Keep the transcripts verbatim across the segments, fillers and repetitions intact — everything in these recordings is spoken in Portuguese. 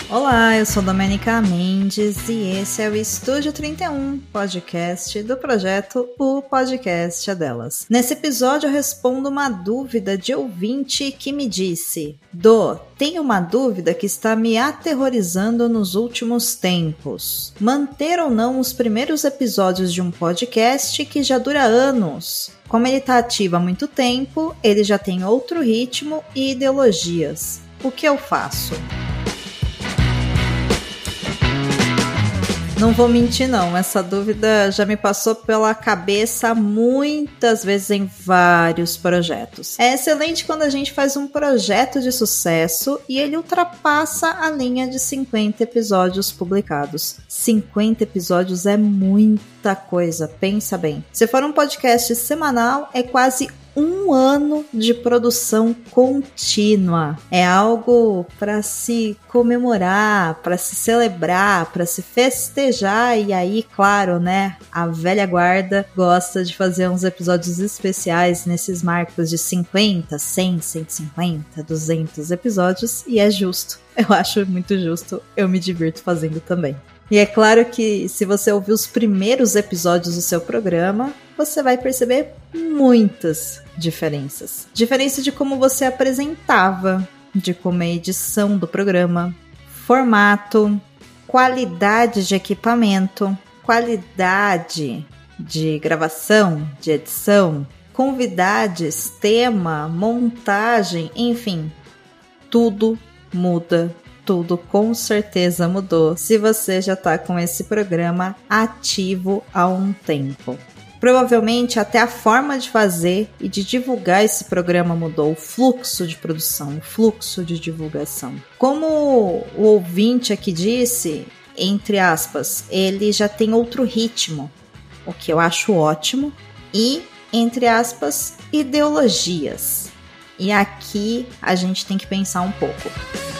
Olá, eu sou Domênica Mendes e esse é o Estúdio trinta e um, podcast do projeto O Podcast é Delas. Nesse episódio eu respondo uma dúvida de ouvinte que me disse: Dô, tenho uma dúvida que está me aterrorizando nos últimos tempos. Manter ou não os primeiros episódios de um podcast que já dura anos? Como ele está ativo há muito tempo, ele já tem outro ritmo e ideologias. O que eu faço? Não vou mentir não, essa dúvida já me passou pela cabeça muitas vezes em vários projetos. É excelente quando a gente faz um projeto de sucesso e ele ultrapassa a linha de cinquenta episódios publicados. cinquenta episódios é muita coisa, pensa bem. Se for um podcast semanal, é quase um ano de produção contínua. É algo para se comemorar, para se celebrar, para se festejar. E aí, claro, né, a velha guarda gosta de fazer uns episódios especiais nesses marcos de cinquenta, cem, cento e cinquenta, duzentos episódios. E é justo. Eu acho muito justo. Eu me divirto fazendo também. E é claro que se você ouvir os primeiros episódios do seu programa, você vai perceber muitas diferenças. Diferença de como você apresentava, de como é a edição do programa, formato, qualidade de equipamento, qualidade de gravação, de edição, convidados, tema, montagem, enfim, tudo muda. Tudo com certeza mudou se você já está com esse programa ativo há um tempo. Provavelmente até a forma de fazer e de divulgar esse programa mudou, o fluxo de produção, o fluxo de divulgação. Como o ouvinte aqui disse, entre aspas, ele já tem outro ritmo, o que eu acho ótimo, e, entre aspas, ideologias. E aqui a gente tem que pensar um pouco.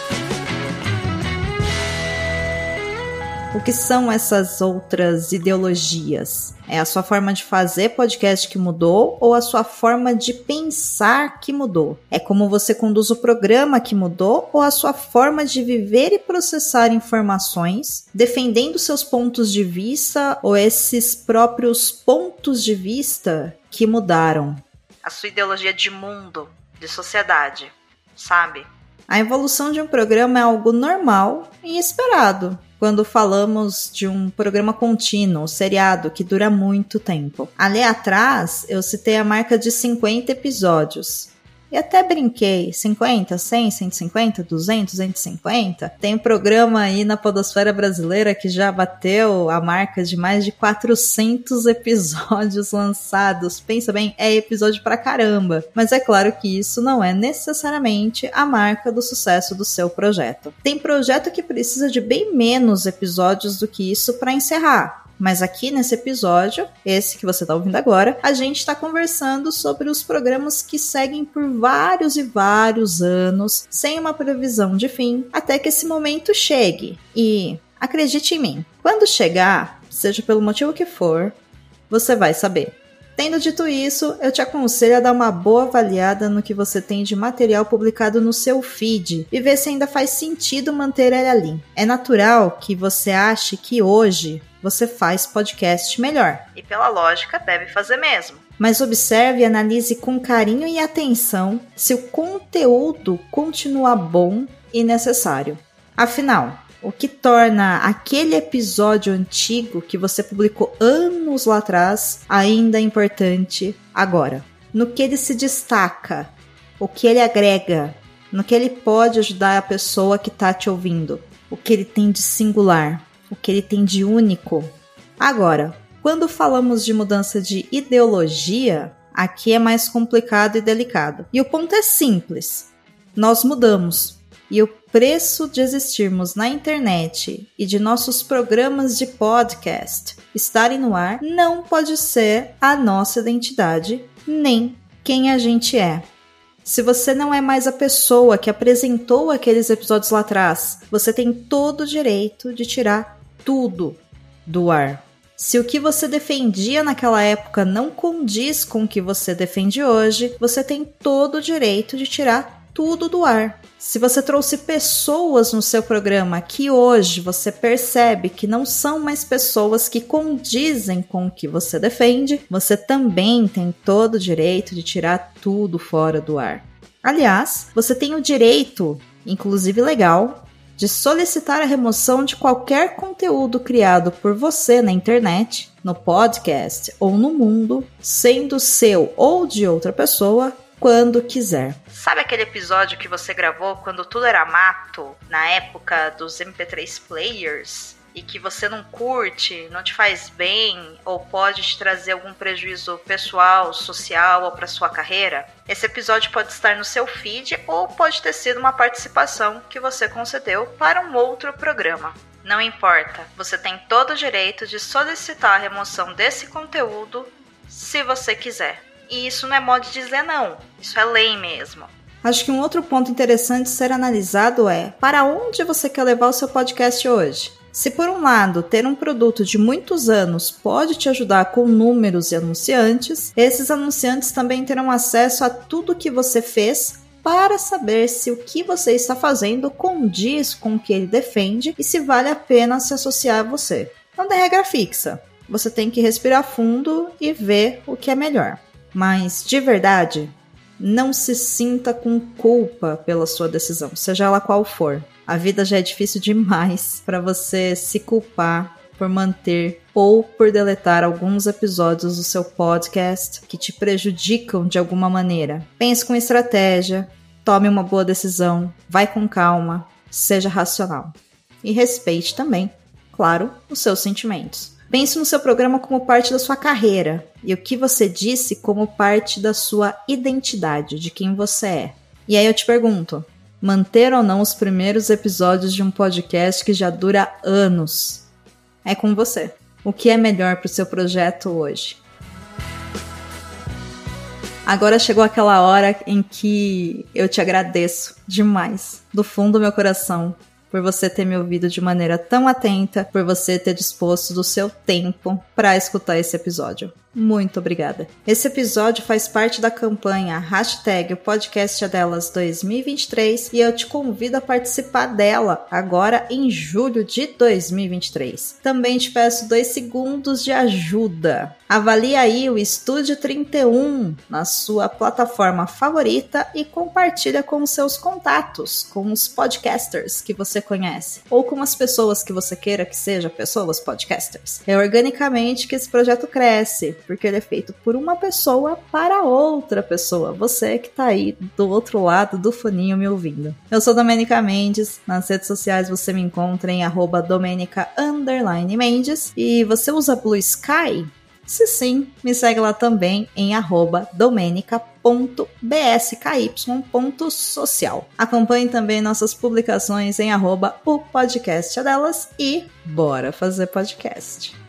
O que são essas outras ideologias? É a sua forma de fazer podcast que mudou ou a sua forma de pensar que mudou? É como você conduz o programa que mudou ou a sua forma de viver e processar informações, defendendo seus pontos de vista ou esses próprios pontos de vista que mudaram? A sua ideologia de mundo, de sociedade, sabe? A evolução de um programa é algo normal e esperado quando falamos de um programa contínuo, seriado, que dura muito tempo. Ali atrás, eu citei a marca de cinquenta episódios. E até brinquei, cinquenta, cem, cento e cinquenta, duzentos, duzentos e cinquenta. Tem um programa aí na podosfera brasileira que já bateu a marca de mais de quatrocentos episódios lançados. Pensa bem, é episódio pra caramba. Mas é claro que isso não é necessariamente a marca do sucesso do seu projeto. Tem projeto que precisa de bem menos episódios do que isso para encerrar. Mas aqui nesse episódio, esse que você está ouvindo agora, a gente está conversando sobre os programas que seguem por vários e vários anos, sem uma previsão de fim, até que esse momento chegue. E acredite em mim, quando chegar, seja pelo motivo que for, você vai saber. Tendo dito isso, eu te aconselho a dar uma boa avaliada no que você tem de material publicado no seu feed e ver se ainda faz sentido manter ele ali. É natural que você ache que hoje você faz podcast melhor. E pela lógica, deve fazer mesmo. Mas observe e analise com carinho e atenção se o conteúdo continua bom e necessário. Afinal, o que torna aquele episódio antigo que você publicou anos lá atrás ainda importante agora? No que ele se destaca? O que ele agrega? No que ele pode ajudar a pessoa que está te ouvindo? O que ele tem de singular? O que ele tem de único? Agora, quando falamos de mudança de ideologia, aqui é mais complicado e delicado. E o ponto é simples. Nós mudamos. E o preço de existirmos na internet e de nossos programas de podcast estarem no ar não pode ser a nossa identidade, nem quem a gente é. Se você não é mais a pessoa que apresentou aqueles episódios lá atrás, você tem todo o direito de tirar tudo do ar. Se o que você defendia naquela época não condiz com o que você defende hoje, você tem todo o direito de tirar tudo do ar. Se você trouxe pessoas no seu programa que hoje você percebe que não são mais pessoas que condizem com o que você defende, você também tem todo o direito de tirar tudo fora do ar. Aliás, você tem o direito, inclusive legal, de solicitar a remoção de qualquer conteúdo criado por você na internet, no podcast ou no mundo, sendo seu ou de outra pessoa, quando quiser. Sabe aquele episódio que você gravou quando tudo era mato, na época dos M P três players, e que você não curte, não te faz bem, ou pode te trazer algum prejuízo pessoal, social ou para sua carreira? Esse episódio pode estar no seu feed ou pode ter sido uma participação que você concedeu para um outro programa. Não importa, você tem todo o direito de solicitar a remoção desse conteúdo se você quiser. E isso não é modo de dizer não, isso é lei mesmo. Acho que um outro ponto interessante de ser analisado é: para onde você quer levar o seu podcast hoje? Se por um lado, ter um produto de muitos anos pode te ajudar com números e anunciantes, esses anunciantes também terão acesso a tudo que você fez para saber se o que você está fazendo condiz com o que ele defende e se vale a pena se associar a você. Não tem regra fixa, você tem que respirar fundo e ver o que é melhor. Mas, de verdade, não se sinta com culpa pela sua decisão, seja ela qual for. A vida já é difícil demais para você se culpar por manter ou por deletar alguns episódios do seu podcast que te prejudicam de alguma maneira. Pense com estratégia, tome uma boa decisão, vai com calma, seja racional. E respeite também, claro, os seus sentimentos. Pense no seu programa como parte da sua carreira e o que você disse como parte da sua identidade, de quem você é. E aí eu te pergunto, manter ou não os primeiros episódios de um podcast que já dura anos? É com você. O que é melhor para o seu projeto hoje? Agora chegou aquela hora em que eu te agradeço demais, do fundo do meu coração, por você ter me ouvido de maneira tão atenta, por você ter disposto do seu tempo para escutar esse episódio. Muito obrigada. Esse episódio faz parte da campanha hashtag o podcast é delas dois mil e vinte e três e eu te convido a participar dela agora em julho de dois mil e vinte e três. Também te peço dois segundos de ajuda. Avalie aí o Estúdio trinta e um na sua plataforma favorita e compartilha com os seus contatos, com os podcasters que você conhece ou com as pessoas que você queira que sejam pessoas podcasters. É organicamente que esse projeto cresce, porque ele é feito por uma pessoa para outra pessoa. Você que tá aí do outro lado do foninho me ouvindo. Eu sou Domênica Mendes. Nas redes sociais você me encontra em arroba Domênica underline Mendes. E você usa Blue Sky? Se sim, me segue lá também em arroba domenica ponto b s k y ponto social. Acompanhe também nossas publicações em arroba o podcast é delas e bora fazer podcast.